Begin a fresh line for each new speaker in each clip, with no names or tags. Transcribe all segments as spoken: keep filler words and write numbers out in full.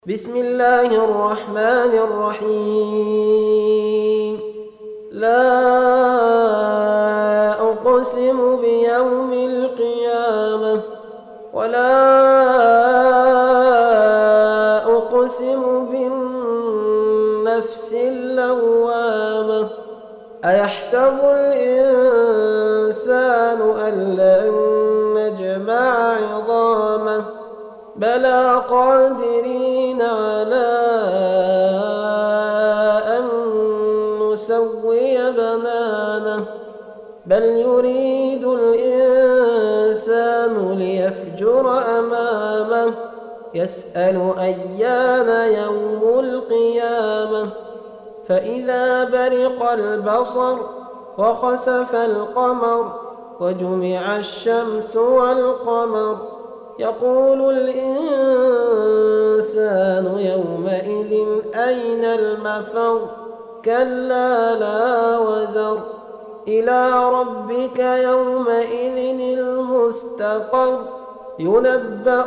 بسم الله الرحمن الرحيم. لا أقسم بيوم القيامة ولا أقسم بالنفس اللوامة. أيحسب الإنسان أن لن نجمع عظامه بلى قادرين على أن نسوي بنانه بل يريد الإنسان ليفجر أمامه يسأل أيان يوم القيامة. فإذا برق البصر وخسف القمر وجمع الشمس والقمر يقول الإنسان يومئذ أين المفر كلا لا وزر إلى ربك يومئذ المستقر ينبأ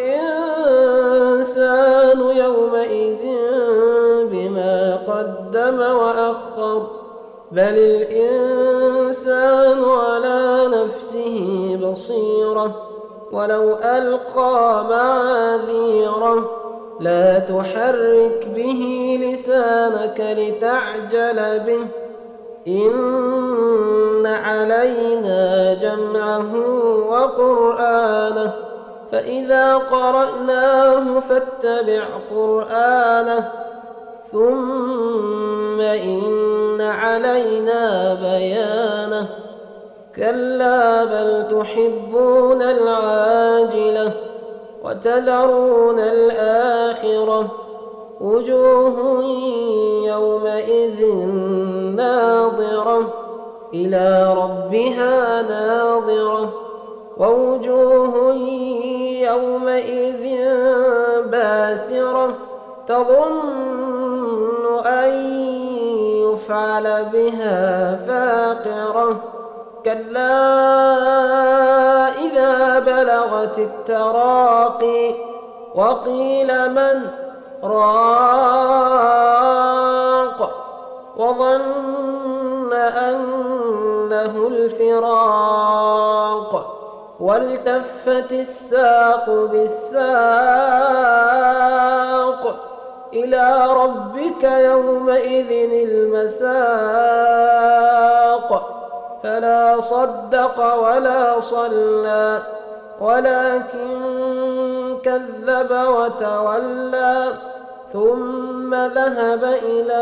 الإنسان يومئذ بما قدم وأخر بل الإنسان على نفسه بصيرة ولو ألقى معاذيره لا تحرك به لسانك لتعجل به إن علينا جمعه وقرآنه فإذا قرأناه فاتبع قرآنه ثم إن علينا بيانه كلا بل تحبون العاجلة وتذرون الآخرة وجوه يومئذ ناظرة إلى ربها ناظرة ووجوه يومئذ باسرة تظن أن يفعل بها فاقرة كلا إذا بلغت التراقي وقيل من راق وظن أنه الفراق والتفت الساق بالساق إلى ربك يومئذ المساق فلا صدق ولا صلى ولكن كذب وتولى ثم ذهب إلى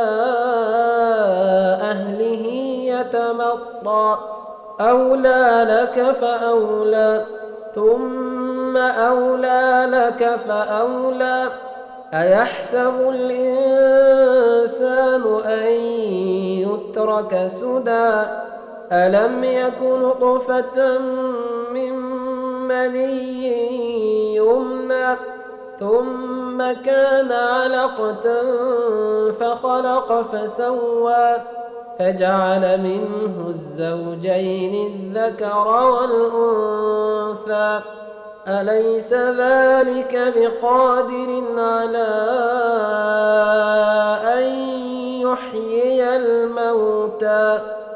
أهله يتمطى أولى لك فأولى ثم أولى لك فأولى أيحسب الإنسان أن يترك سدى ألم يك نطفة من مني يمنى ثم كان علقة فخلق فسوى فجعل منه الزوجين الذكر والأنثى أليس ذلك بقادر على أن يحيي الموتى